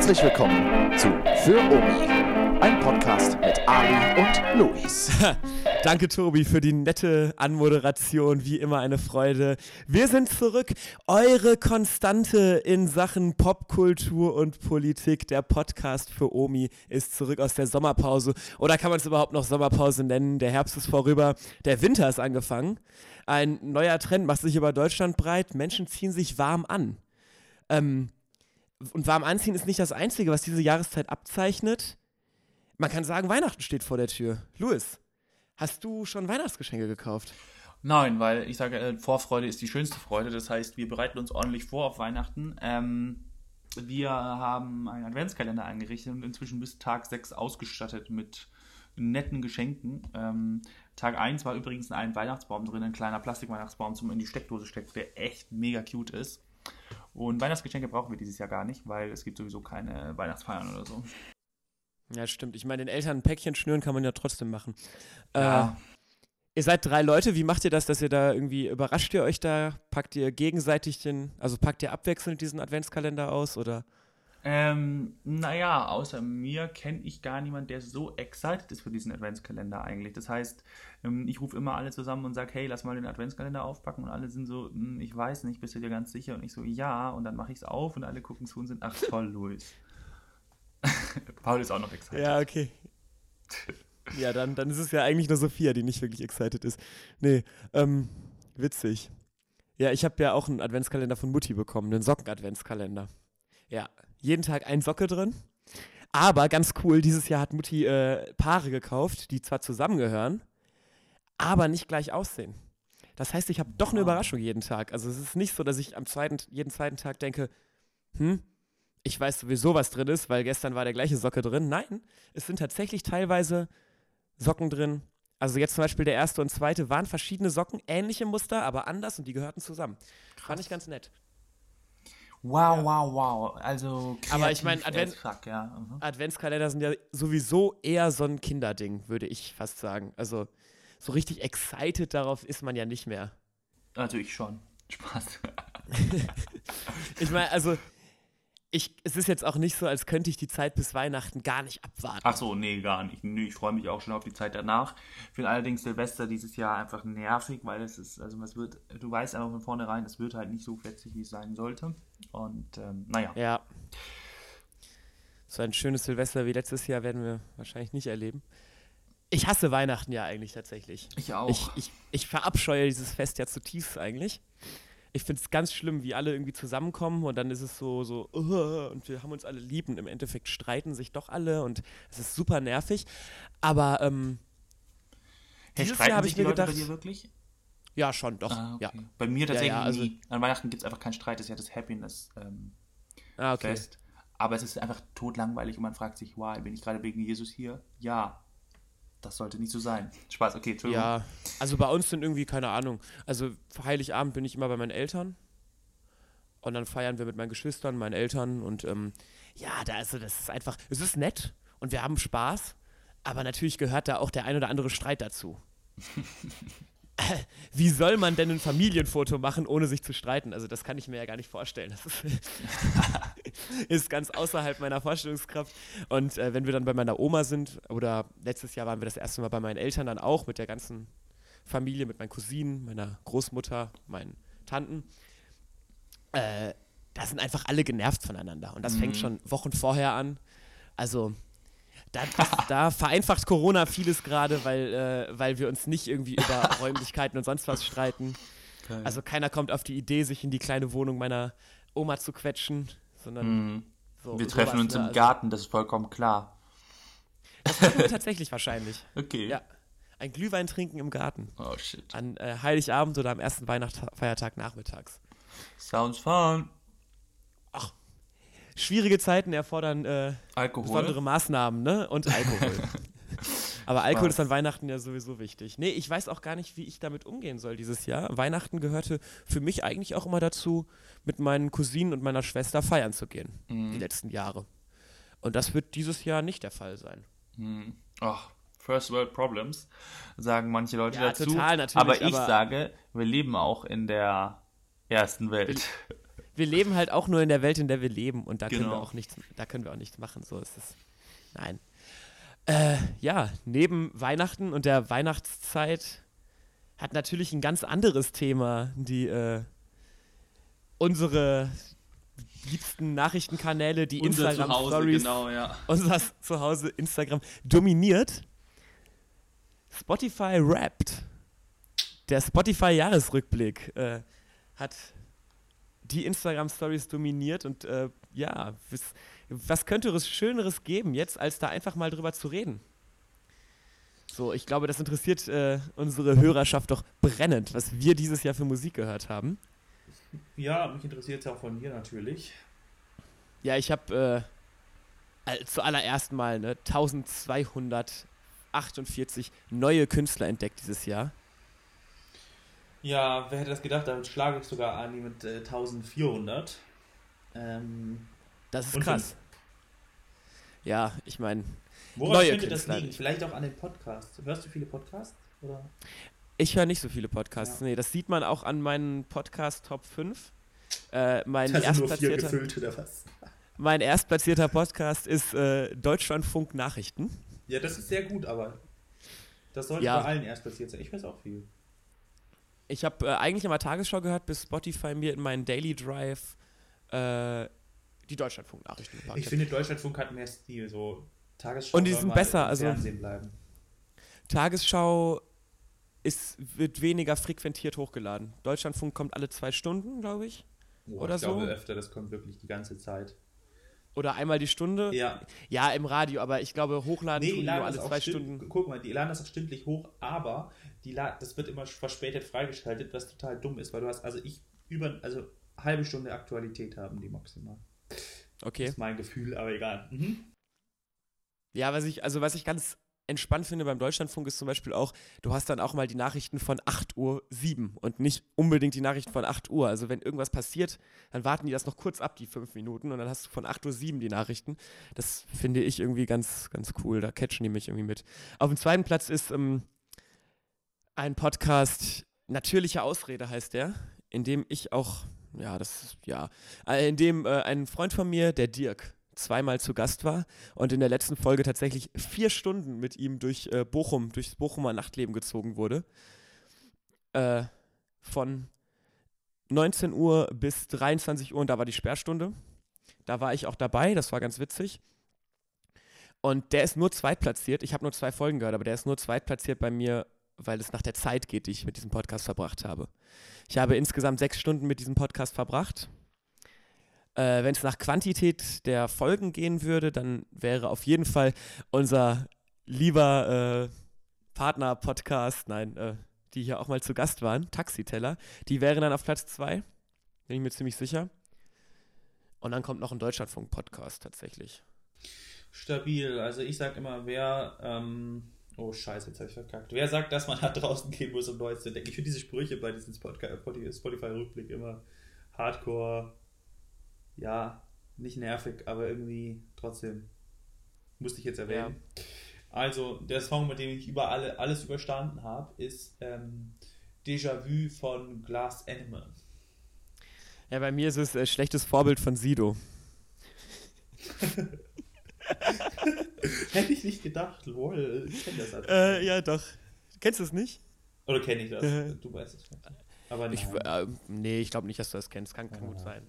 Herzlich willkommen zu Für Omi, ein Podcast mit Ali und Luis. Danke, Tobi, für die nette Anmoderation. Wie immer eine Freude. Wir sind zurück. Eure Konstante in Sachen Popkultur und Politik. Der Podcast für Omi ist zurück aus der Sommerpause. Oder kann man es überhaupt noch Sommerpause nennen? Der Herbst ist vorüber. Der Winter ist angefangen. Ein neuer Trend macht sich über Deutschland breit. Menschen ziehen sich warm an. Und warm anziehen ist nicht das Einzige, was diese Jahreszeit abzeichnet. Man kann sagen, Weihnachten steht vor der Tür. Louis, hast du schon Weihnachtsgeschenke gekauft? Nein, weil ich sage, Vorfreude ist die schönste Freude. Das heißt, wir bereiten uns ordentlich vor auf Weihnachten. Wir haben einen Adventskalender eingerichtet und inzwischen bis Tag 6 ausgestattet mit netten Geschenken. Tag 1 war übrigens ein Weihnachtsbaum drin, ein kleiner Plastikweihnachtsbaum zum in die Steckdose steckt, der echt mega cute ist. Und Weihnachtsgeschenke brauchen wir dieses Jahr gar nicht, weil es gibt sowieso keine Weihnachtsfeiern oder so. Ja, stimmt. Ich meine, den Eltern ein Päckchen schnüren kann man ja trotzdem machen. Ja. Ihr seid 3 Leute. Wie macht ihr das, dass ihr da irgendwie, überrascht ihr euch da? Packt ihr gegenseitig packt ihr abwechselnd diesen Adventskalender aus, oder? Naja, außer mir kenne ich gar niemanden, der so excited ist für diesen Adventskalender eigentlich. Das heißt, ich rufe immer alle zusammen und sage, hey, lass mal den Adventskalender aufpacken. Und alle sind so, ich weiß nicht, bist du dir ganz sicher? Und ich so, ja. Und dann mache ich es auf und alle gucken zu und sind, ach toll, Luis. Paul ist auch noch excited. Ja, okay. Ja, dann ist es ja eigentlich nur Sophia, die nicht wirklich excited ist. Nee, witzig. Ja, ich habe ja auch einen Adventskalender von Mutti bekommen, einen Socken-Adventskalender. Ja, jeden Tag ein Socke drin. Aber ganz cool, dieses Jahr hat Mutti Paare gekauft, die zwar zusammengehören, aber nicht gleich aussehen. Das heißt, ich habe doch eine Überraschung jeden Tag. Also es ist nicht so, dass ich jeden zweiten Tag denke, ich weiß sowieso, was drin ist, weil gestern war der gleiche Socke drin. Nein, es sind tatsächlich teilweise Socken drin. Also jetzt zum Beispiel der erste und zweite waren verschiedene Socken, ähnliche Muster, aber anders und die gehörten zusammen. Krass. Fand ich ganz nett. Wow. Also kreativ, aber ich meine, Adventskalender sind ja sowieso eher so ein Kinderding, würde ich fast sagen. Also so richtig excited darauf ist man ja nicht mehr. Also ich schon. Spaß. Ich meine, also es ist jetzt auch nicht so, als könnte ich die Zeit bis Weihnachten gar nicht abwarten. Ach so, nee, gar nicht. Nee, ich freue mich auch schon auf die Zeit danach. Ich finde allerdings Silvester dieses Jahr einfach nervig, weil du weißt einfach von vornherein, es wird halt nicht so fetzig, wie es sein sollte. Und, naja. Ja. So ein schönes Silvester wie letztes Jahr werden wir wahrscheinlich nicht erleben. Ich hasse Weihnachten ja eigentlich tatsächlich. Ich auch. Ich verabscheue dieses Fest ja zutiefst eigentlich. Ich finde es ganz schlimm, wie alle irgendwie zusammenkommen und dann ist es so und wir haben uns alle lieb und im Endeffekt streiten sich doch alle und es ist super nervig. Aber dieses Jahr habe ich mir gedacht... Bei dir wirklich? Ja, schon, doch. Ah, okay. Ja. Bei mir tatsächlich also, nie. An Weihnachten gibt es einfach keinen Streit, das ist ja das Happiness okay. Fest. Aber es ist einfach totlangweilig und man fragt sich, why, bin ich gerade wegen Jesus hier? Ja. Das sollte nicht so sein. Spaß, okay, Entschuldigung. Ja, also bei uns sind irgendwie, keine Ahnung, also für Heiligabend bin ich immer bei meinen Eltern und dann feiern wir mit meinen Geschwistern, meinen Eltern und das ist einfach, es ist nett und wir haben Spaß, aber natürlich gehört da auch der ein oder andere Streit dazu. Wie soll man denn ein Familienfoto machen, ohne sich zu streiten? Also das kann ich mir ja gar nicht vorstellen. Das ist ganz außerhalb meiner Vorstellungskraft. Und wenn wir dann bei meiner Oma sind, oder letztes Jahr waren wir das erste Mal bei meinen Eltern dann auch, mit der ganzen Familie, mit meinen Cousinen, meiner Großmutter, meinen Tanten, da sind einfach alle genervt voneinander. Und das fängt schon Wochen vorher an. Also... Da vereinfacht Corona vieles gerade, weil wir uns nicht irgendwie über Räumlichkeiten und sonst was streiten. Geil. Also keiner kommt auf die Idee, sich in die kleine Wohnung meiner Oma zu quetschen, sondern wir treffen uns im Garten, das ist vollkommen klar. Das machen wir tatsächlich wahrscheinlich. Okay. Ja, ein Glühwein trinken im Garten. Oh shit. An Heiligabend oder am ersten Weihnachtsfeiertag nachmittags. Sounds fun. Schwierige Zeiten erfordern besondere Maßnahmen, ne? Und Alkohol. Aber Alkohol ist an Weihnachten ja sowieso wichtig. Nee, ich weiß auch gar nicht, wie ich damit umgehen soll dieses Jahr. Weihnachten gehörte für mich eigentlich auch immer dazu, mit meinen Cousinen und meiner Schwester feiern zu gehen, die letzten Jahre. Und das wird dieses Jahr nicht der Fall sein. First World Problems, sagen manche Leute dazu. Total, natürlich, aber ich sage, wir leben auch in der ersten Welt. wir leben halt auch nur in der Welt, in der wir leben und da können wir Genau. auch nichts machen, so ist es. Nein. Ja, neben Weihnachten und der Weihnachtszeit hat natürlich ein ganz anderes Thema unsere liebsten Nachrichtenkanäle, die Unser Zuhause, Instagram-Stories, genau, ja. unser Zuhause Instagram dominiert. Spotify Wrapped. Der Spotify-Jahresrückblick hat die Instagram-Stories dominiert und ja, was könnte es Schöneres geben jetzt, als da einfach mal drüber zu reden? So, ich glaube, das interessiert unsere Hörerschaft doch brennend, was wir dieses Jahr für Musik gehört haben. Ja, mich interessiert es auch von dir natürlich. Ja, ich habe zuallererst mal 1248 neue Künstler entdeckt dieses Jahr. Ja, wer hätte das gedacht? Damit schlage ich sogar Ani mit 1400. Das ist Und krass. Ja, ich meine, Woran neue könnte das Künstler. liegen? Vielleicht auch an den Podcasts. Hörst du viele Podcasts? Oder? Ich höre nicht so viele Podcasts. Ja. Nee, das sieht man auch an meinen Podcast Top 5. Mein Da sind nur 4 erstplatzierter, gefüllt oder was? mein erstplatzierter Podcast ist Deutschlandfunk Nachrichten. Ja, das ist sehr gut, aber das sollte Ja. bei allen erst passiert sein. Ich weiß auch viel. Ich habe eigentlich immer Tagesschau gehört, bis Spotify mir in meinen Daily Drive die Deutschlandfunk Nachrichten gepackt Ich hat. finde, Deutschlandfunk hat mehr Stil. So Tagesschau Und die soll sind mal besser, im also- Fernsehen bleiben. Tagesschau wird weniger frequentiert hochgeladen. Deutschlandfunk kommt alle 2 Stunden, glaube ich. Oder ich glaube so? öfter, das kommt wirklich die ganze Zeit. Oder einmal die Stunde. Ja. Ja, im Radio, aber ich glaube, hochladen Nee, tun die die laden nur alle das auch 2 Stunden. Guck mal, die laden das auch stündlich hoch, aber das wird immer verspätet freigeschaltet, was total dumm ist, weil du hast, halbe Stunde Aktualität haben die maximal. Okay. Das ist mein Gefühl, aber egal. Mhm. Ja, was ich ganz entspannt finde beim Deutschlandfunk ist zum Beispiel auch, du hast dann auch mal die Nachrichten von 8:07 Uhr und nicht unbedingt die Nachrichten von 8 Uhr. Also wenn irgendwas passiert, dann warten die das noch kurz ab, die 5 Minuten, und dann hast du von 8:07 Uhr die Nachrichten. Das finde ich irgendwie ganz, ganz cool. Da catchen die mich irgendwie mit. Auf dem zweiten Platz ist ein Podcast, Natürliche Ausrede heißt der, in dem ich auch, in dem ein Freund von mir, der Dirk, zweimal zu Gast war und in der letzten Folge tatsächlich 4 Stunden mit ihm durchs Bochumer Nachtleben gezogen wurde. Von 19 Uhr bis 23 Uhr, und da war die Sperrstunde. Da war ich auch dabei, das war ganz witzig. Und der ist nur zweitplatziert. Ich habe nur 2 Folgen gehört, aber der ist nur zweitplatziert bei mir, weil es nach der Zeit geht, die ich mit diesem Podcast verbracht habe. Ich habe insgesamt 6 Stunden mit diesem Podcast verbracht. Wenn es nach Quantität der Folgen gehen würde, dann wäre auf jeden Fall unser lieber Partner-Podcast, die hier auch mal zu Gast waren, Taxiteller, die wären dann auf Platz 2, bin ich mir ziemlich sicher. Und dann kommt noch ein Deutschlandfunk-Podcast tatsächlich. Stabil. Also ich sag immer, oh Scheiße, jetzt habe ich verkackt. Wer sagt, dass man da draußen gehen muss, um Neues zu entdecken? Ich finde diese Sprüche bei diesem Spotify-Rückblick immer hardcore, ja, nicht nervig, aber irgendwie trotzdem musste ich jetzt erwähnen. Ja. Also, der Song, mit dem ich alles überstanden habe, ist Déjà-vu von Glass Animal. Ja, bei mir ist es schlechtes Vorbild von Sido. Hätte ich nicht gedacht, lol. Ich kenne das halt. Ja, doch. Kennst du es nicht? Oder kenne ich das? Du weißt es nicht. Aber nein. Nee, ich glaube nicht, dass du das kennst. Kann gut sein.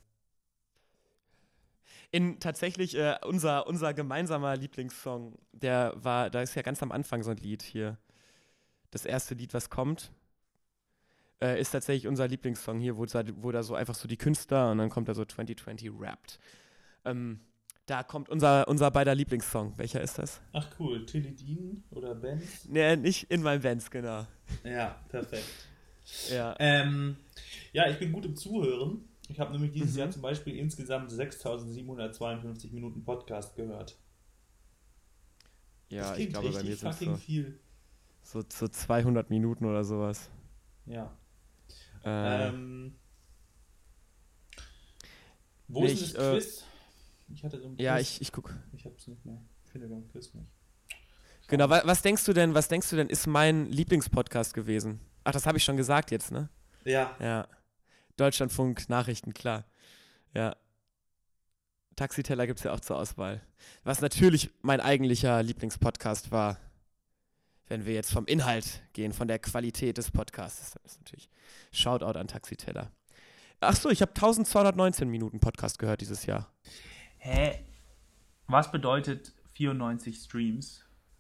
Tatsächlich, unser gemeinsamer Lieblingssong, da ist ja ganz am Anfang so ein Lied hier. Das erste Lied, was kommt, ist tatsächlich unser Lieblingssong hier, wo da so einfach so die Künstler und dann kommt da so 2020 Wrapped. Da kommt unser beider Lieblingssong. Welcher ist das? Ach cool, Teledin oder Benz? Nee, nicht in meinem Benz, genau. Ja, perfekt. Ja. Ja, ich bin gut im Zuhören. Ich habe nämlich dieses Jahr zum Beispiel insgesamt 6.752 Minuten Podcast gehört. Ja, ich glaube, bei mir sind es viel. So 200 Minuten oder sowas. Ja. Wo ist das Quiz? Ich hatte so ein Quiz. Ja, ich gucke. Ich habe es nicht mehr. Ich finde den Quiz nicht. Genau, was denkst du denn, ist mein Lieblingspodcast gewesen? Ach, das habe ich schon gesagt jetzt, ne? Ja. Ja. Deutschlandfunk Nachrichten, klar. Ja. Taxiteller gibt es ja auch zur Auswahl. Was natürlich mein eigentlicher Lieblingspodcast war, wenn wir jetzt vom Inhalt gehen, von der Qualität des Podcasts, dann ist natürlich Shoutout an Taxiteller. Achso, ich habe 1219 Minuten Podcast gehört dieses Jahr. Hä? Was bedeutet 94 Streams?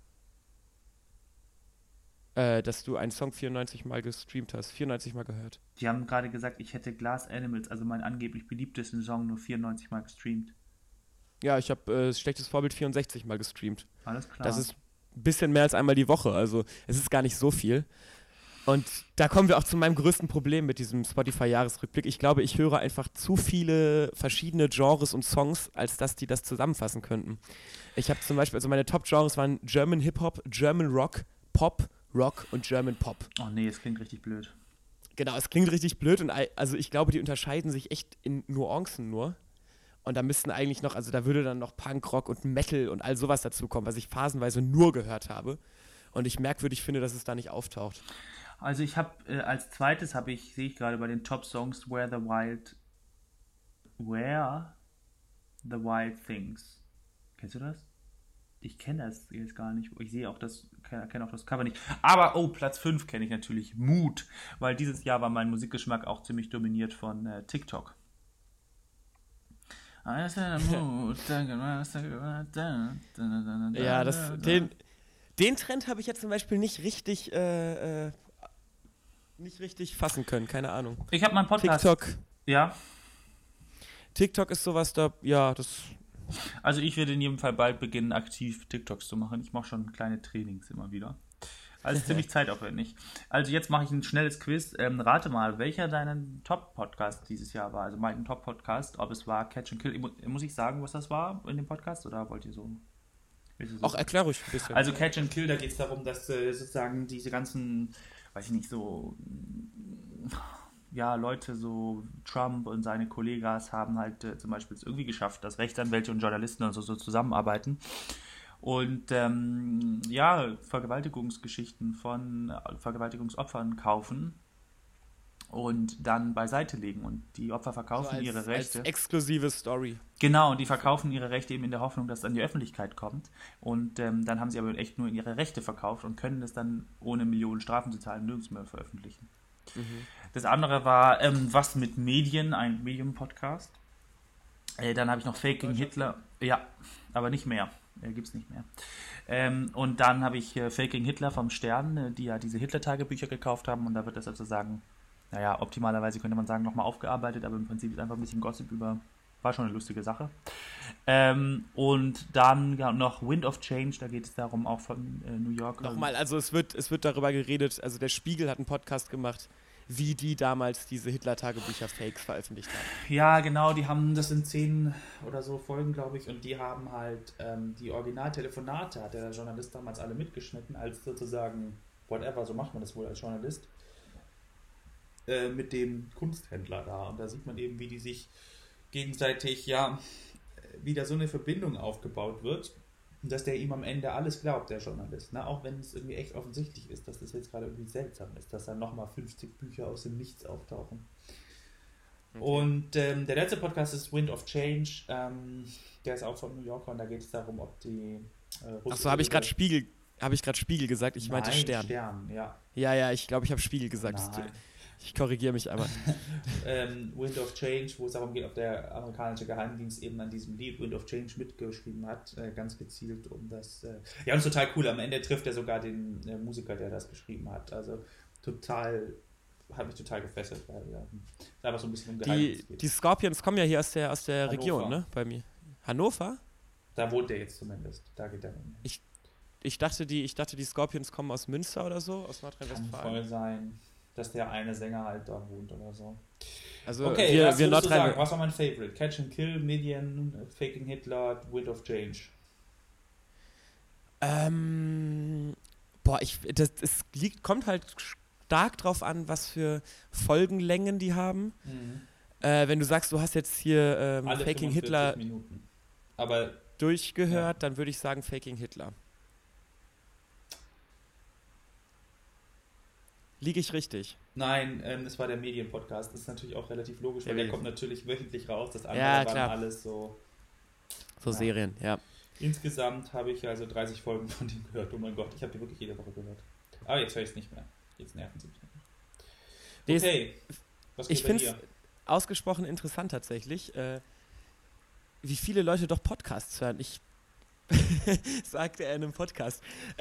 Dass du einen Song 94 Mal gestreamt hast, 94 Mal gehört. Die haben gerade gesagt, ich hätte Glass Animals, also meinen angeblich beliebtesten Song, nur 94 Mal gestreamt. Ja, ich habe schlechtes Vorbild 64 Mal gestreamt. Alles klar. Das ist ein bisschen mehr als einmal die Woche, also es ist gar nicht so viel. Und da kommen wir auch zu meinem größten Problem mit diesem Spotify-Jahresrückblick. Ich glaube, ich höre einfach zu viele verschiedene Genres und Songs, als dass die das zusammenfassen könnten. Ich habe zum Beispiel, also meine Top-Genres waren German Hip-Hop, German Rock, Pop, Rock und German Pop. Oh nee, es klingt richtig blöd. Genau, es klingt richtig blöd und also ich glaube, die unterscheiden sich echt in Nuancen nur. Und da müssten eigentlich noch, also da würde dann noch Punk, Rock und Metal und all sowas dazukommen, was ich phasenweise nur gehört habe. Und ich merkwürdig finde, dass es da nicht auftaucht. Also ich habe als zweites sehe ich gerade bei den Top-Songs Where the Wild Things. Kennst du das? Ich kenne das jetzt gar nicht. Ich sehe auch kenne auch das Cover nicht. Aber, Platz 5 kenne ich natürlich. Mood. Weil dieses Jahr war mein Musikgeschmack auch ziemlich dominiert von TikTok. Ja, den Trend habe ich jetzt zum Beispiel nicht richtig fassen können. Keine Ahnung. Ich habe meinen Podcast. TikTok. Ja. TikTok ist sowas da, ja, das... Also ich werde in jedem Fall bald beginnen, aktiv TikToks zu machen. Ich mache schon kleine Trainings immer wieder. Also ziemlich zeitaufwendig. Also jetzt mache ich ein schnelles Quiz. Rate mal, welcher dein Top-Podcast dieses Jahr war. Also mein Top-Podcast, ob es war Catch and Kill. Muss ich sagen, was das war in dem Podcast? Oder wollt ihr so... Auch erklär ruhig ein bisschen. Also Catch and Kill, da geht es darum, dass sozusagen diese ganzen, weiß ich nicht, so... Ja, Leute, so Trump und seine Kollegas haben halt zum Beispiel es irgendwie geschafft, dass Rechtsanwälte und Journalisten und so zusammenarbeiten und Vergewaltigungsgeschichten von Vergewaltigungsopfern kaufen und dann beiseite legen und die Opfer verkaufen ihre Rechte. Als exklusive Story. Genau, und die verkaufen ihre Rechte eben in der Hoffnung, dass es an die Öffentlichkeit kommt und dann haben sie aber echt nur ihre Rechte verkauft und können es dann ohne Millionen Strafen zu zahlen nirgends mehr veröffentlichen. Mhm. Das andere war Was mit Medien, ein Medium-Podcast. Dann habe ich noch Faking Hitler. Ja, aber nicht mehr. Gibt es nicht mehr. Und dann habe ich Faking Hitler vom Stern, die ja diese Hitler-Tagebücher gekauft haben. Und da wird das sozusagen, naja, optimalerweise könnte man sagen, nochmal aufgearbeitet. Aber im Prinzip ist einfach ein bisschen Gossip war schon eine lustige Sache. Und dann noch Wind of Change, da geht es darum, auch von New York. Nochmal, also es wird darüber geredet, also der Spiegel hat einen Podcast gemacht, wie die damals diese Hitler-Tagebücher-Fakes veröffentlicht haben. Ja, genau, die haben das in 10 oder so Folgen, glaube ich, und die haben halt die Originaltelefonate, hat der Journalist damals alle mitgeschnitten, als sozusagen, whatever, so macht man das wohl als Journalist, mit dem Kunsthändler da. Und da sieht man eben, wie die sich gegenseitig, wie da so eine Verbindung aufgebaut wird, dass der ihm am Ende alles glaubt, der Journalist. Ne? Auch wenn es irgendwie echt offensichtlich ist, dass das jetzt gerade irgendwie seltsam ist, dass dann nochmal 50 Bücher aus dem Nichts auftauchen. Okay. Und der letzte Podcast ist Wind of Change. Der ist auch von New Yorker und da geht es darum, ob die Achso, habe ich gerade Spiegel gesagt? Ich meinte Stern. Stern, ja. Ja, ich glaube, ich habe Spiegel gesagt. Nein. Ich korrigiere mich einmal. Wind of Change, wo es darum geht, ob der amerikanische Geheimdienst eben an diesem Lied Wind of Change mitgeschrieben hat, ganz gezielt um das... und ist total cool, am Ende trifft er sogar den Musiker, der das geschrieben hat, also hat mich total gefesselt, weil es einfach so ein bisschen um Geheimdienst geht. Die Scorpions kommen ja hier aus der Region, ne, bei mir. Hannover? Da wohnt er jetzt zumindest, da geht er hin. Ich dachte, die Scorpions kommen aus Münster oder so, aus Nordrhein-Westfalen. Kann voll sein, dass der eine Sänger halt da wohnt oder so. Also okay, wir sagen, was war mein Favorite? Catch and Kill, Median, Faking Hitler, Wind of Change. Kommt halt stark drauf an, was für Folgenlängen die haben. Mhm. Wenn du sagst, du hast jetzt hier Faking Hitler Minuten. Aber durchgehört, dann würde ich sagen Faking Hitler. Liege ich richtig? Nein, es war der Medienpodcast. Das ist natürlich auch relativ logisch, weil der kommt natürlich wöchentlich raus. Das andere Ja, waren klar. alles so... So Serien, ja. Insgesamt habe ich also 30 Folgen von dem gehört. Oh mein Gott, ich habe die wirklich jede Woche gehört. Aber jetzt höre ich es nicht mehr. Jetzt nerven sie mich nicht. Okay, was geht Ich bei finde es dir? ausgesprochen interessant tatsächlich, wie viele Leute doch Podcasts hören. Ich sagte er in einem Podcast.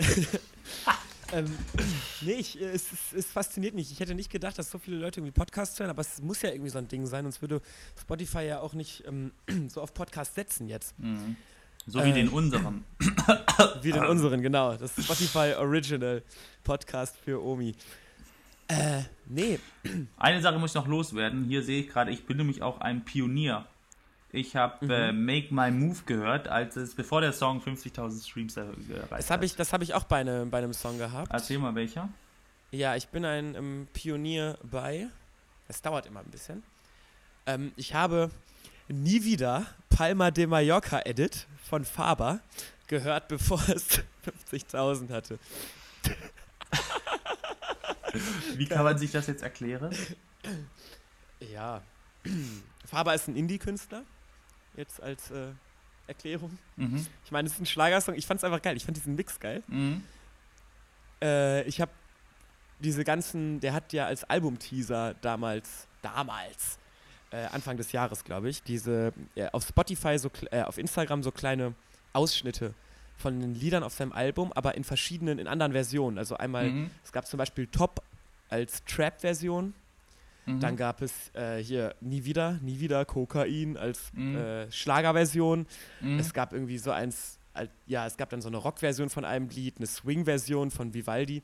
Es fasziniert mich. Ich hätte nicht gedacht, dass so viele Leute irgendwie Podcasts hören, aber es muss ja irgendwie so ein Ding sein, sonst würde Spotify ja auch nicht so auf Podcasts setzen jetzt. Mhm. So wie den unseren. Wie den unseren, genau. Das Spotify Original Podcast für Omi. Nee. Eine Sache muss ich noch loswerden. Hier sehe ich gerade, ich bin nämlich auch ein Pionier. Ich habe Make My Move gehört, bevor der Song 50.000 Streams erreicht hat. Das hab ich auch bei einem Song gehabt. Erzähl mal, welcher? Ja, ich bin ein Pionier bei. Es dauert immer ein bisschen. Ich habe Nie wieder Palma de Mallorca Edit von Faber gehört, bevor es 50.000 hatte. Wie kann man sich das jetzt erklären? Ja, Faber ist ein Indie-Künstler, jetzt als Erklärung. Mhm. Ich meine, es ist ein Schlagersong, ich fand es einfach geil, ich fand diesen Mix geil. Mhm. Ich habe der hat ja als Albumteaser damals, Anfang des Jahres, glaube ich, auf Spotify, auf Instagram so kleine Ausschnitte von den Liedern auf seinem Album, aber in anderen Versionen. Also einmal, es gab zum Beispiel Top als Trap-Version, dann gab es hier Nie wieder Kokain als Schlagerversion. Es gab irgendwie so es gab dann so eine Rock-Version von einem Lied, eine Swing-Version von Vivaldi.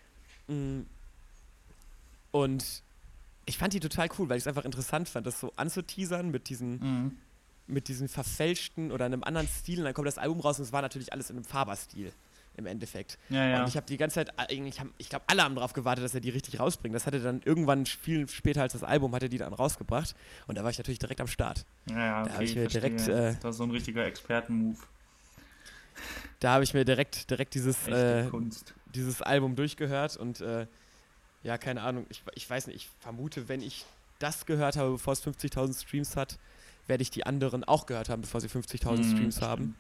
Und ich fand die total cool, weil ich es einfach interessant fand, das so anzuteasern mit diesen verfälschten oder einem anderen Stil. Und dann kommt das Album raus und es war natürlich alles in einem Faber-Stil im Endeffekt. Ja. Und ich habe die ganze Zeit, ich glaube, alle haben darauf gewartet, dass er die richtig rausbringt. Das hatte dann irgendwann viel später als das Album, hat er die dann rausgebracht. Und da war ich natürlich direkt am Start. Ja, okay, da habe ich mir direkt, das ist so ein richtiger Experten-Move. Da habe ich mir direkt dieses Kunst. dieses Album durchgehört und ja, keine Ahnung, ich weiß nicht, ich vermute, wenn ich das gehört habe, bevor es 50.000 Streams hat, werde ich die anderen auch gehört haben, bevor sie 50.000 Streams haben.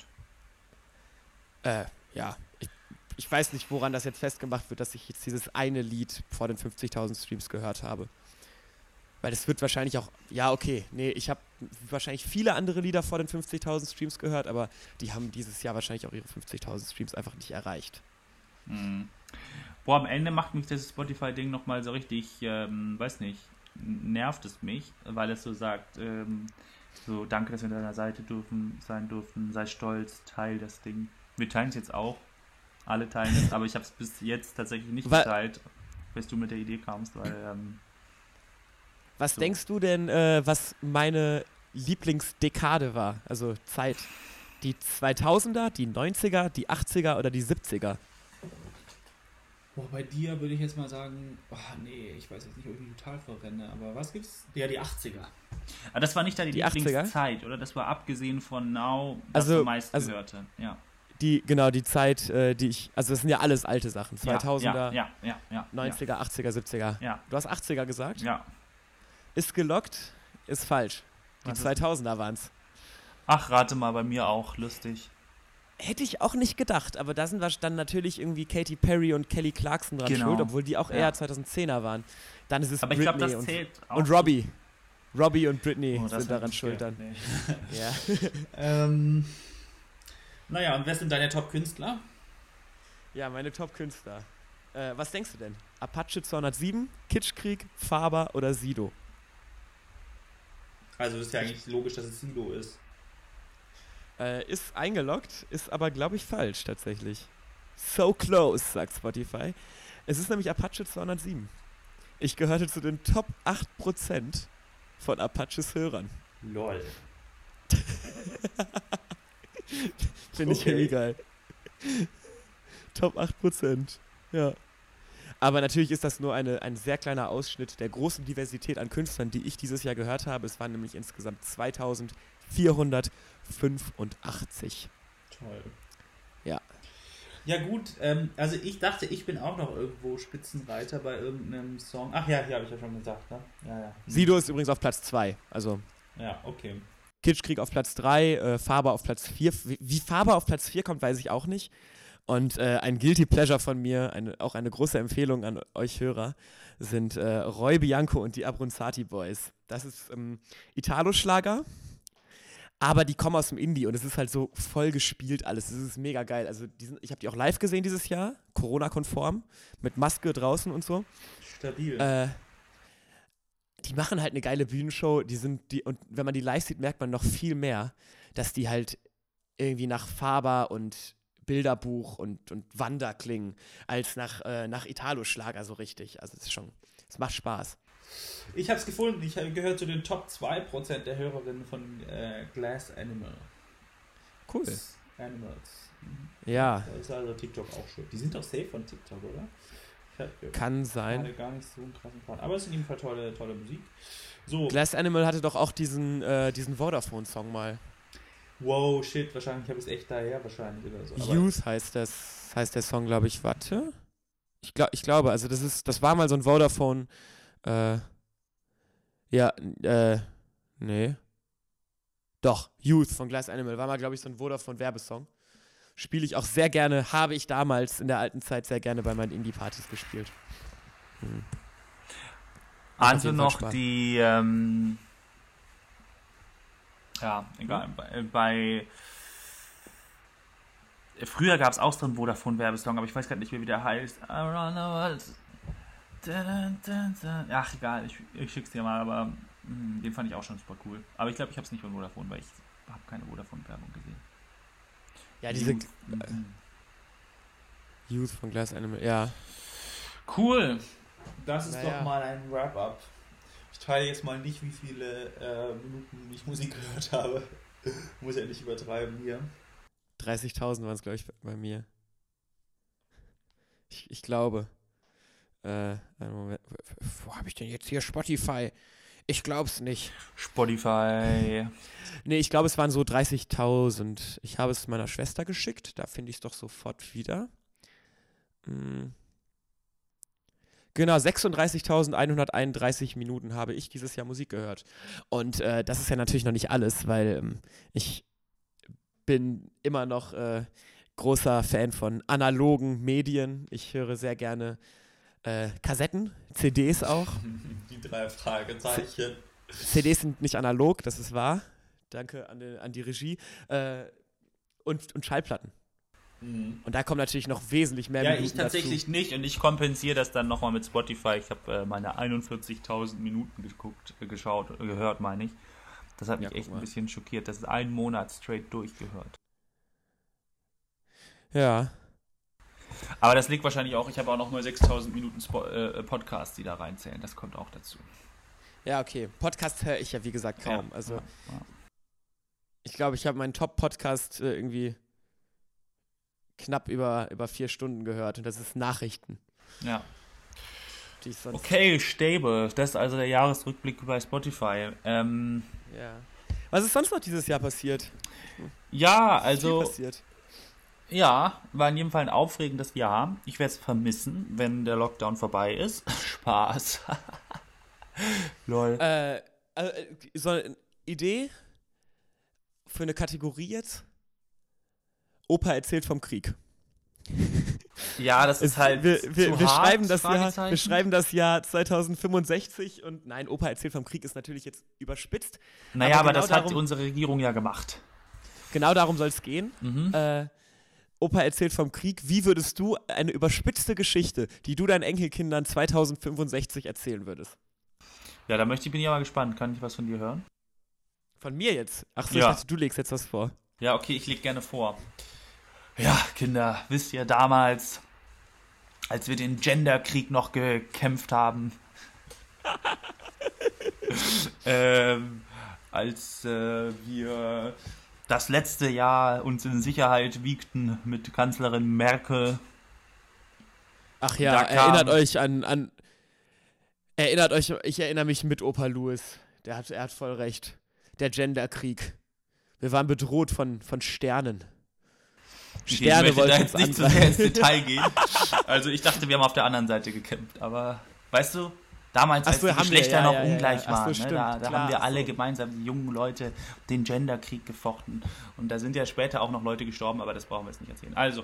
Ja, ich weiß nicht, woran das jetzt festgemacht wird, dass ich jetzt dieses eine Lied vor den 50.000 Streams gehört habe. Weil es wird wahrscheinlich auch, ja okay, nee, ich habe wahrscheinlich viele andere Lieder vor den 50.000 Streams gehört, aber die haben dieses Jahr wahrscheinlich auch ihre 50.000 Streams einfach nicht erreicht. Boah, am Ende macht mich das Spotify-Ding nochmal so richtig, weiß nicht, nervt es mich, weil es so sagt, so danke, dass wir an deiner Seite sein durften, sei stolz, teil das Ding. Wir teilen es jetzt auch, alle teilen es, aber ich habe es bis jetzt tatsächlich nicht geteilt, bis du mit der Idee kamst, weil... Was denkst du denn, was meine Lieblingsdekade war, also Zeit? Die 2000er, die 90er, die 80er oder die 70er? Boah, bei dir würde ich jetzt mal sagen, nee, ich weiß jetzt nicht, ob ich mich total verrenne, aber was gibt's? Ja, die 80er. Aber das war nicht die Lieblingszeit, oder? Das war abgesehen von Now das am meisten gehörte, ja. Die Zeit, also das sind ja alles alte Sachen, 2000er, ja, 90er, 80er, 70er. Ja. Du hast 80er gesagt? Ja. Ist gelockt, ist falsch. Die 2000er waren es. Ach, rate mal, bei mir auch, lustig. Hätte ich auch nicht gedacht, aber da sind wir dann natürlich irgendwie Katy Perry und Kelly Clarkson dran schuld, obwohl die auch eher 2010er waren. Dann ist es aber Britney ich glaub, das zählt auch und Robbie. Robbie und Britney sind daran schuld dann. Nee. Ja. Naja, und wer sind deine Top-Künstler? Ja, meine Top-Künstler. Was denkst du denn? Apache 207, Kitschkrieg, Faber oder Sido? Also das ist ja eigentlich logisch, dass es Sido ist. Ist eingeloggt, ist aber, glaube ich, falsch tatsächlich. So close, sagt Spotify. Es ist nämlich Apache 207. Ich gehörte zu den Top 8% von Apaches Hörern. Lol. Finde ich irgendwie geil. Top 8%. Ja. Aber natürlich ist das nur ein sehr kleiner Ausschnitt der großen Diversität an Künstlern, die ich dieses Jahr gehört habe. Es waren nämlich insgesamt 2485. Toll. Ja. Ja gut, also ich dachte, ich bin auch noch irgendwo Spitzenreiter bei irgendeinem Song. Ach ja, hier habe ich ja schon gesagt, ne? Ja. Sido ist übrigens auf Platz 2. Also Ja, okay. Kitschkrieg auf Platz 3, Faber auf Platz 4. Wie Faber auf Platz 4 kommt, weiß ich auch nicht. Und ein Guilty Pleasure von mir, auch eine große Empfehlung an euch Hörer, sind Roy Bianco und die Abronzati Boys. Das ist Italo-Schlager, aber die kommen aus dem Indie und es ist halt so voll gespielt alles. Es ist mega geil. Also ich habe die auch live gesehen dieses Jahr, Corona-konform, mit Maske draußen und so. Stabil. Die machen halt eine geile Bühnenshow. Und wenn man die live sieht, merkt man noch viel mehr, dass die halt irgendwie nach Faber und Bilderbuch und Wanda klingen, als nach Italo-Schlager so richtig. Also es macht Spaß. Ich habe es gefunden, ich gehöre zu den Top 2% der Hörerinnen von Glass Animal. Cool. Animals. Ja. Da ist also TikTok auch schön. Die sind doch safe von TikTok, oder? Kann sein. Gerade gar nicht so einen krassen Plan. Aber es ist in jedem Fall tolle Musik. So. Glass Animal hatte doch auch diesen Vodafone-Song mal. Wow, shit, wahrscheinlich habe ich es echt daher wahrscheinlich oder so. Youth heißt der Song, glaube ich. Warte. Ich glaube, also das war mal so ein Vodafone, nee. Doch, Youth von Glass Animal war mal, glaube ich, so ein Vodafone-Werbesong. Spiele ich auch sehr gerne, habe ich damals in der alten Zeit sehr gerne bei meinen Indie-Partys gespielt. Also noch die, ja, egal, früher gab es auch so einen Vodafone-Werbesong, aber ich weiß gerade nicht mehr, wie der heißt. Ach, egal, ich schick's dir mal, aber den fand ich auch schon super cool. Aber ich glaube, ich habe es nicht von Vodafone, weil ich habe keine Vodafone-Werbung gesehen. Ja, diese Youth von Glass Animal, ja. Cool. Das ist doch mal ein Wrap-Up. Ich teile jetzt mal nicht, wie viele Minuten ich Musik gehört habe. Muss ja nicht übertreiben hier. 30.000 waren es, glaube ich, bei mir. Ich glaube. Einen Moment. Wo habe ich denn jetzt hier Spotify? Ich glaub's nicht. Spotify. Nee, ich glaube, es waren so 30.000. Ich habe es meiner Schwester geschickt. Da finde ich es doch sofort wieder. Genau, 36.131 Minuten habe ich dieses Jahr Musik gehört. Und das ist ja natürlich noch nicht alles, weil ich bin immer noch großer Fan von analogen Medien. Ich höre sehr gerne Kassetten, CDs auch. Die 3 Fragezeichen. CDs sind nicht analog, das ist wahr. Danke an die Regie. Und Schallplatten. Mhm. Und da kommen natürlich noch wesentlich mehr Minuten dazu. Ja, ich tatsächlich nicht. Und ich kompensiere das dann nochmal mit Spotify. Ich habe meine 41.000 Minuten gehört, meine ich. Das hat mich echt ein bisschen schockiert. Das ist einen Monat straight durchgehört. Ja. Aber das liegt wahrscheinlich auch, ich habe auch noch mal 6.000 Minuten Podcasts, die da reinzählen. Das kommt auch dazu. Ja, okay. Podcast höre ich ja, wie gesagt, kaum. Ja, also, ja. Ich glaube, ich habe meinen Top-Podcast irgendwie knapp über 4 Stunden gehört. Und das ist Nachrichten. Ja. Okay, stable. Das ist also der Jahresrückblick bei Spotify. Ja. Was ist sonst noch dieses Jahr passiert? Ja, also... Viel passiert. Ja, war in jedem Fall ein aufregendes Jahr. Ich werde es vermissen, wenn der Lockdown vorbei ist. Spaß. Lol. So eine Idee für eine Kategorie jetzt? Opa erzählt vom Krieg. Ja, das ist halt wir hart, schreiben das Jahr 2065 und nein, Opa erzählt vom Krieg ist natürlich jetzt überspitzt. Naja, aber genau das hat unsere Regierung ja gemacht. Genau darum soll es gehen. Opa erzählt vom Krieg. Wie würdest du eine überspitzte Geschichte, die du deinen Enkelkindern 2065 erzählen würdest? Ja, bin ich ja mal gespannt. Kann ich was von dir hören? Von mir jetzt? Ach so, ja. Ich dachte, du legst jetzt was vor. Ja, okay, ich leg gerne vor. Ja, Kinder, wisst ihr, damals, als wir den Genderkrieg noch gekämpft haben, als wir das letzte Jahr uns in Sicherheit wiegten mit Kanzlerin Merkel. Ach ja, erinnert euch an erinnert euch, ich erinnere mich mit Opa Louis. Er hat voll recht. Der Genderkrieg. Wir waren bedroht von Sternen. Sterne möchte da wollten jetzt uns nicht zu sehr ins Detail gehen. Also ich dachte, wir haben auf der anderen Seite gekämpft, aber weißt du, damals, als die Geschlechter noch ungleich waren, stimmt, da klar, haben wir alle gemeinsam, die jungen Leute, den Genderkrieg gefochten. Und da sind ja später auch noch Leute gestorben, aber das brauchen wir jetzt nicht erzählen. Also,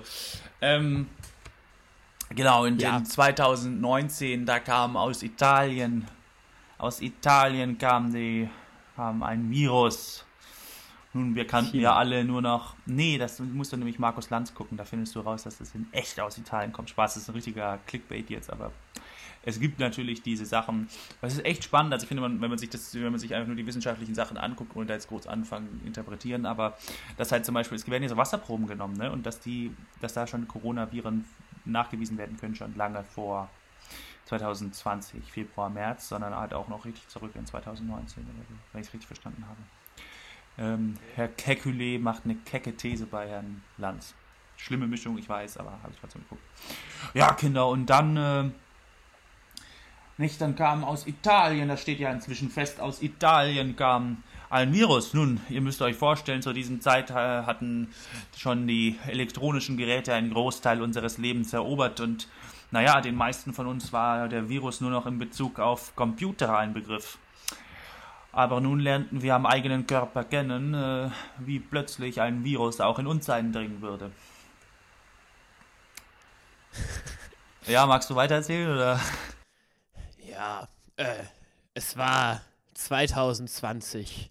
genau, in 2019, da kam aus Italien kam ein Virus. Nun, wir kannten ja alle nur noch... Nee, das musst du nämlich Markus Lanz gucken, da findest du raus, dass das in echt aus Italien kommt. Spaß, das ist ein richtiger Clickbait jetzt, aber es gibt natürlich diese Sachen. Das ist echt spannend, also ich finde, wenn man sich einfach nur die wissenschaftlichen Sachen anguckt und da jetzt groß anfangen interpretieren, aber das halt zum Beispiel, es werden ja so Wasserproben genommen, ne? Und dass da schon Coronaviren nachgewiesen werden können, schon lange vor 2020, Februar, März, sondern halt auch noch richtig zurück in 2019, wenn ich es richtig verstanden habe. Herr Kekulé macht eine kecke These bei Herrn Lanz. Schlimme Mischung, ich weiß, aber habe ich trotzdem geguckt. Ja, Kinder, und dann dann kam aus Italien, das steht ja inzwischen fest, aus Italien kam ein Virus. Nun, ihr müsst euch vorstellen, zu diesem Zeit hatten schon die elektronischen Geräte einen Großteil unseres Lebens erobert und naja, den meisten von uns war der Virus nur noch in Bezug auf Computer ein Begriff. Aber nun lernten wir am eigenen Körper kennen, wie plötzlich ein Virus auch in uns eindringen würde. Ja, magst du weitererzählen, oder? Ja, es war 2020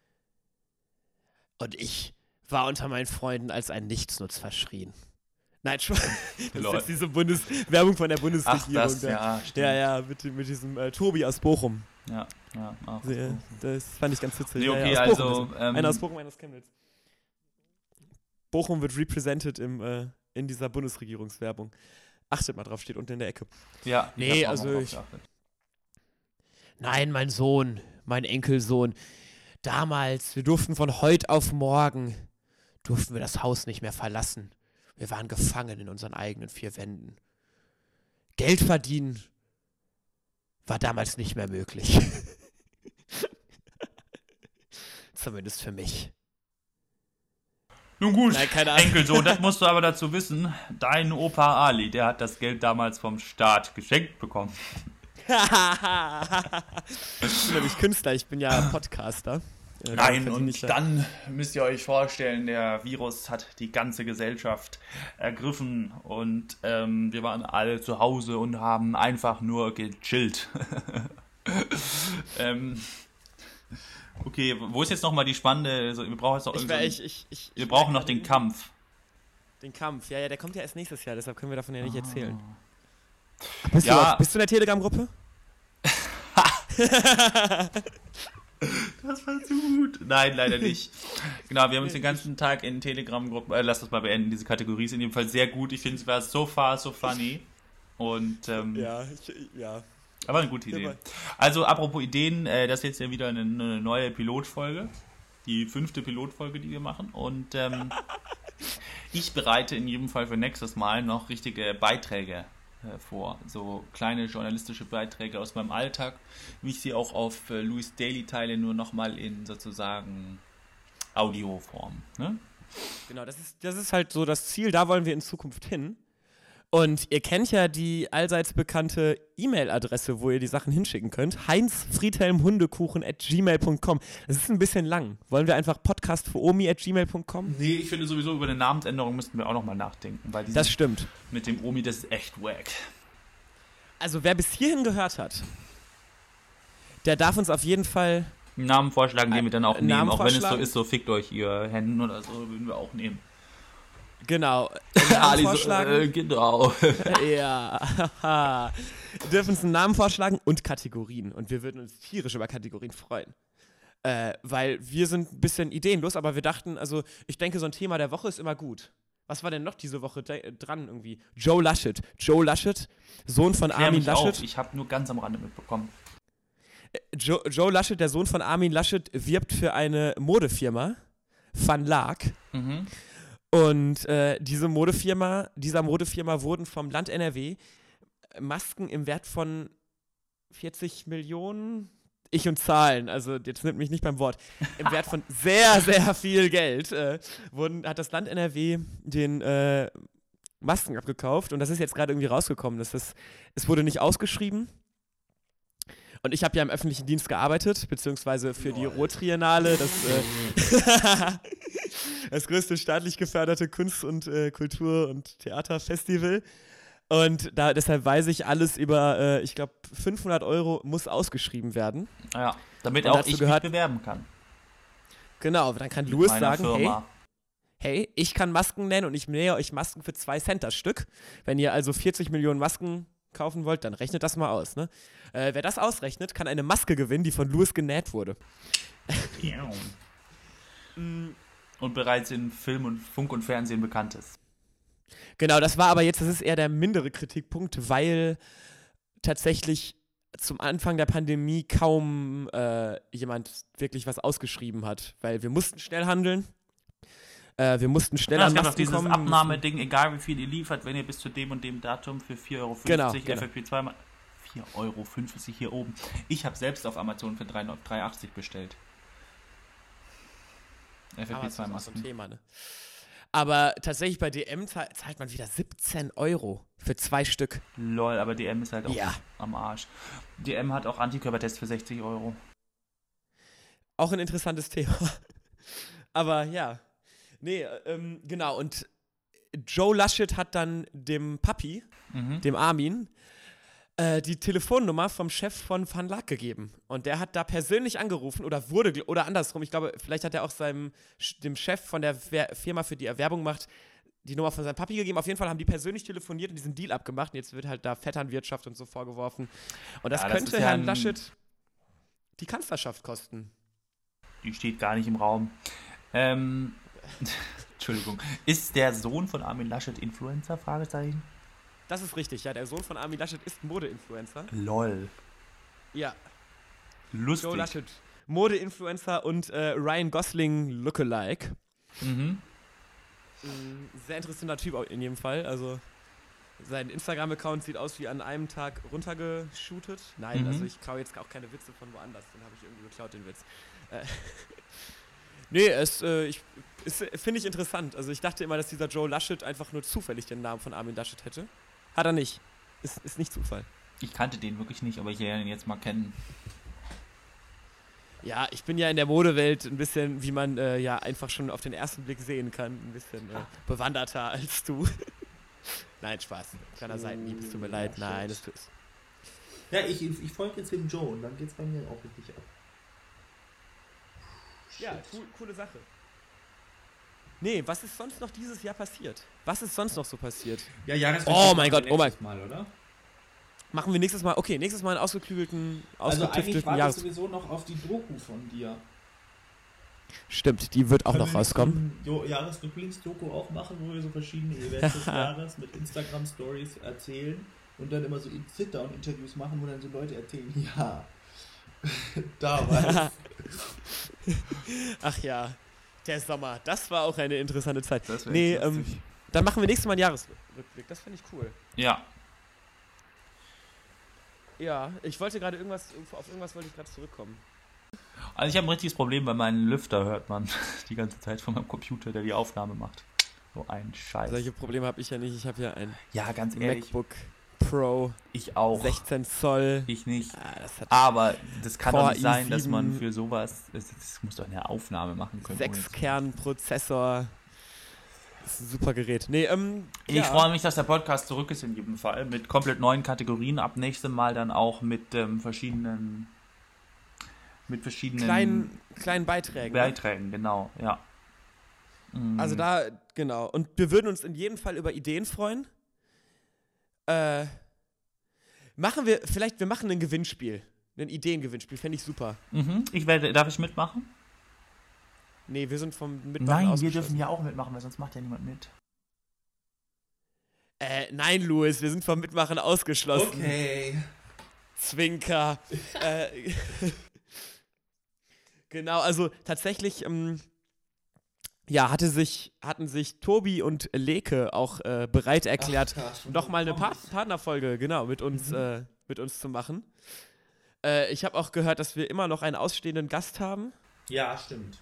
und ich war unter meinen Freunden als ein Nichtsnutz verschrien. Nein, das ist jetzt diese Werbung von der Bundesregierung. Ach, das, ja, stimmt. Ja, mit diesem Tobi aus Bochum. Ja, auch. Das fand ich ganz witzig. Nee, okay, ja, also... einer aus Bochum, einer aus Chemnitz. Bochum wird represented in dieser Bundesregierungswerbung. Achtet mal drauf, steht unten in der Ecke. Ja, nee, also Nein, mein Sohn, mein Enkelsohn. Damals, wir durften von heute auf morgen, durften wir das Haus nicht mehr verlassen. Wir waren gefangen in unseren eigenen vier Wänden. Geld verdienen war damals nicht mehr möglich. Zumindest für mich. Nun gut, Nein, keine Ahnung. Enkelsohn, das musst du aber dazu wissen. Dein Opa Ali, der hat das Geld damals vom Staat geschenkt bekommen. Ich bin nämlich Künstler, ich bin ja Podcaster. Nein, und dann müsst ihr euch vorstellen, der Virus hat die ganze Gesellschaft ergriffen und wir waren alle zu Hause und haben einfach nur gechillt. Okay, wo ist jetzt nochmal die spannende, also wir brauchen jetzt noch wir brauchen noch den Kampf. Den Kampf, ja, der kommt ja erst nächstes Jahr, deshalb können wir davon ja nicht erzählen. Bist du in der Telegram-Gruppe? Das war zu gut. Nein, leider nicht. Genau, wir haben uns den ganzen Tag in Telegram-Gruppen, lass das mal beenden, diese Kategorie ist in dem Fall sehr gut. Ich finde, es war so far, so funny. Und, ja. Aber eine gute Idee. Also, apropos Ideen, das ist jetzt ja wieder eine neue Pilotfolge. Die 5. Pilotfolge, die wir machen. Und ich bereite in jedem Fall für nächstes Mal noch richtige Beiträge vor. So kleine journalistische Beiträge aus meinem Alltag, wie ich sie auch auf Louis Daily teile, nur nochmal in sozusagen Audioform. Ne? Genau, das ist halt so das Ziel, da wollen wir in Zukunft hin. Und ihr kennt ja die allseits bekannte E-Mail-Adresse, wo ihr die Sachen hinschicken könnt. heinzfriedhelmhundekuchen@gmail.com. Das ist ein bisschen lang. Wollen wir einfach podcastfüromi@gmail.com? Nee, ich finde sowieso, über eine Namensänderung müssten wir auch nochmal nachdenken. Weil das stimmt. Mit dem Omi, das ist echt wack. Also wer bis hierhin gehört hat, der darf uns auf jeden Fall einen Namen vorschlagen, den wir dann auch nehmen. Auch wenn es so ist, so fickt euch ihr Händen oder so, würden wir auch nehmen. Genau. Ali so, genau. Ja. Wir dürfen uns einen Namen vorschlagen und Kategorien. Und wir würden uns tierisch über Kategorien freuen. Weil wir sind ein bisschen ideenlos, aber wir dachten, also ich denke, so ein Thema der Woche ist immer gut. Was war denn noch diese Woche dran irgendwie? Joe Laschet, Sohn von Armin Laschet. Ich habe nur ganz am Rande mitbekommen. Joe Laschet, der Sohn von Armin Laschet, wirbt für eine Modefirma, Van Laak. Mhm. Und dieser Modefirma wurden vom Land NRW Masken im Wert von 40 Millionen ich und Zahlen, also jetzt nimmt mich nicht beim Wort, im Wert von sehr, sehr viel Geld hat das Land NRW den Masken abgekauft und das ist jetzt gerade irgendwie rausgekommen. Es wurde nicht ausgeschrieben und ich habe ja im öffentlichen Dienst gearbeitet, beziehungsweise für die Ruhrtriennale, das größte staatlich geförderte Kunst- und Kultur- und Theaterfestival. Und deshalb weiß ich alles über, ich glaube, 500 € muss ausgeschrieben werden. Ja, damit Und auch dazu ich gehört- mich bewerben kann. Genau, dann kann Mit Louis meiner sagen, Firma. hey, ich kann Masken nennen und ich nähe euch Masken für 2 Cent das Stück. Wenn ihr also 40 Millionen Masken kaufen wollt, dann rechnet das mal aus. Ne? Wer das ausrechnet, kann eine Maske gewinnen, die von Louis genäht wurde. Und bereits in Film und Funk und Fernsehen bekannt ist. Genau, das ist eher der mindere Kritikpunkt, weil tatsächlich zum Anfang der Pandemie kaum jemand wirklich was ausgeschrieben hat, weil wir mussten schnell handeln. Wir mussten schnell Ja, an es gab doch Masken dieses kommen. Abnahmeding, egal wie viel ihr liefert, wenn ihr bis zu dem und dem Datum für 4,50 Genau. FFP2 mal 4,50 € hier oben. Ich habe selbst auf Amazon für 3,80 € bestellt. Aber das ist auch so ein FFP2-Masken. Thema, ne? Aber tatsächlich bei DM zahlt man wieder 17 € für 2 Stück. Lol, aber DM ist halt auch Ja. am Arsch. DM hat auch Antikörpertests für 60 €. Auch ein interessantes Thema. Aber ja. Nee, genau. Und Joe Laschet hat dann dem Papi, dem Armin, die Telefonnummer vom Chef von Van Laak gegeben. Und der hat da persönlich angerufen oder andersrum, ich glaube, vielleicht hat er auch dem Chef von der Firma, für die er Werbung macht, die Nummer von seinem Papi gegeben. Auf jeden Fall haben die persönlich telefoniert und diesen Deal abgemacht. Und jetzt wird halt da Vetternwirtschaft und so vorgeworfen. Und das Ja, das könnte ist ja Herrn Laschet die Kanzlerschaft kosten. Die steht gar nicht im Raum. Entschuldigung. Ist der Sohn von Armin Laschet Influencer? Fragezeichen. Das ist richtig, ja. Der Sohn von Armin Laschet ist Modeinfluencer. Lol. Ja. Lustig. Joe Laschet, Modeinfluencer und Ryan Gosling Lookalike. Sehr interessanter Typ in jedem Fall. Also sein Instagram-Account sieht aus wie an einem Tag runtergeshootet. Nein, also ich kaufe jetzt auch keine Witze von woanders. Den habe ich irgendwie geklaut, den Witz. Nee, finde ich interessant. Also ich dachte immer, dass dieser Joe Laschet einfach nur zufällig den Namen von Armin Laschet hätte. Hat er nicht. Ist nicht Zufall. Ich kannte den wirklich nicht, aber ich lerne ihn jetzt mal kennen. Ja, ich bin ja in der Modewelt ein bisschen, wie man ja einfach schon auf den ersten Blick sehen kann, ein bisschen bewanderter als du. Nein, Spaß. Kleiner Seitenhieb, es tut mir leid. Nein, das tut's. Ja, ich folge jetzt dem Joe und dann geht's bei mir auch richtig ab. Ja, coole Sache. Nee, was ist sonst noch dieses Jahr passiert? Was ist sonst noch so passiert? Ja, Jahresrückblick Oh mein Gott, oh mein- nächstes Mal, oder? Machen wir nächstes Mal, okay, nächstes Mal einen ausgetüftelten Also eigentlich ausgetüftelten warte ich Jahres... sowieso noch auf die Doku von dir. Stimmt, die wird auch Können noch wir rauskommen. nicht so eine Jahresrückblicks-Doku auch machen, wo wir so verschiedene Events des Jahres mit Instagram-Stories erzählen und dann immer so Sit-Down-Interviews machen, wo dann so Leute erzählen, ja, damals. Ach ja, der Sommer, das war auch eine interessante Zeit. Das wär Nee, echt lustig. dann machen wir nächstes Mal einen Jahresrückblick, das finde ich cool. Ja. Ja, ich wollte gerade auf irgendwas wollte ich gerade zurückkommen. Also ich habe ein richtiges Problem, weil meinen Lüfter hört man die ganze Zeit von meinem Computer, der die Aufnahme macht. So ein Scheiß. Solche Probleme habe ich ja nicht, ich habe ja ein Ja, ganz ehrlich, MacBook Pro, ich auch. 16 Zoll. Ich nicht. Das hat Aber das kann doch Core nicht sein, dass i7. man für sowas, das muss doch eine Aufnahme machen können. 6-Kern-Prozessor. Das ist ein super Gerät. Nee, Ich ja. freue mich, dass der Podcast zurück ist in jedem Fall. Mit komplett neuen Kategorien. Ab nächstem Mal dann auch mit verschiedenen Kleinen Beiträgen. Ne? Beiträgen, genau, ja. Also da, genau. Und wir würden uns in jedem Fall über Ideen freuen. Wir machen ein Gewinnspiel. Ein Ideengewinnspiel, fände ich super. Darf ich mitmachen? Nee, wir sind vom Mitmachen Nein, wir ausgeschlossen. dürfen ja auch mitmachen, weil sonst macht ja niemand mit. Nein, Louis, wir sind vom Mitmachen ausgeschlossen. Okay. Zwinker. Genau, also tatsächlich, ja, hatten sich Tobi und Leke auch bereit erklärt, Ach, krass, nochmal eine Pommes. Partnerfolge, genau, mit uns zu machen. Ich habe auch gehört, dass wir immer noch einen ausstehenden Gast haben. Ja, stimmt.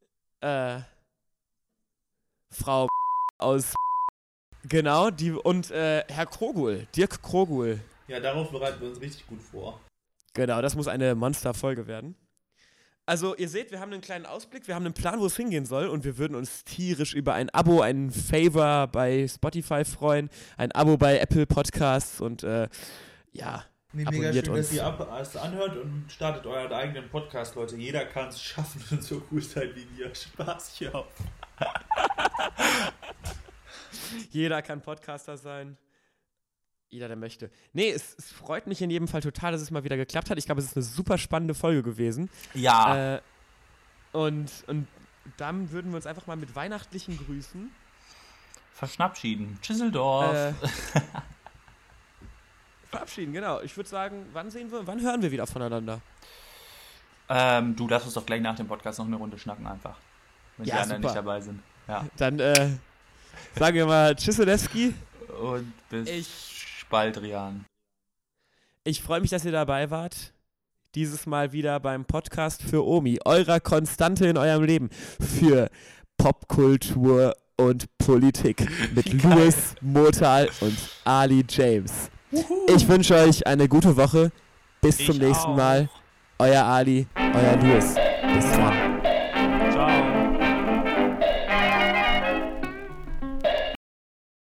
Frau aus genau, und Herr Krogul, Dirk Krogul. Ja, darauf bereiten wir uns richtig gut vor. Genau, das muss eine Monsterfolge werden. Also, ihr seht, wir haben einen kleinen Ausblick, wir haben einen Plan, wo es hingehen soll und wir würden uns tierisch über ein Abo, einen Favor bei Spotify freuen, ein Abo bei Apple Podcasts und ja, Nee, mega abonniert schön, uns. dass ihr es anhört und startet euren eigenen Podcast, Leute. Jeder kann es schaffen und so cool sein wie wir. Spaß hier auf. Jeder kann Podcaster sein. Jeder, der möchte. Nee, es freut mich in jedem Fall total, dass es mal wieder geklappt hat. Ich glaube, es ist eine super spannende Folge gewesen. Ja. Und dann würden wir uns einfach mal mit weihnachtlichen Grüßen Verschnappschieden. Tschüsseldorf. verabschieden, genau. Ich würde sagen, wann hören wir wieder voneinander? Du, lass uns doch gleich nach dem Podcast noch eine Runde schnacken einfach. Wenn Ja, die anderen super. nicht dabei sind. Ja. Dann sagen wir mal Tschüsseldowski. Und bis Baldrian. Ich freue mich, dass ihr dabei wart. Dieses Mal wieder beim Podcast für Omi, eurer Konstante in eurem Leben für Popkultur und Politik mit Louis Motal und Ali James. Ich wünsche euch eine gute Woche. Bis zum nächsten Mal. Euer Ali, euer Louis. Bis dann.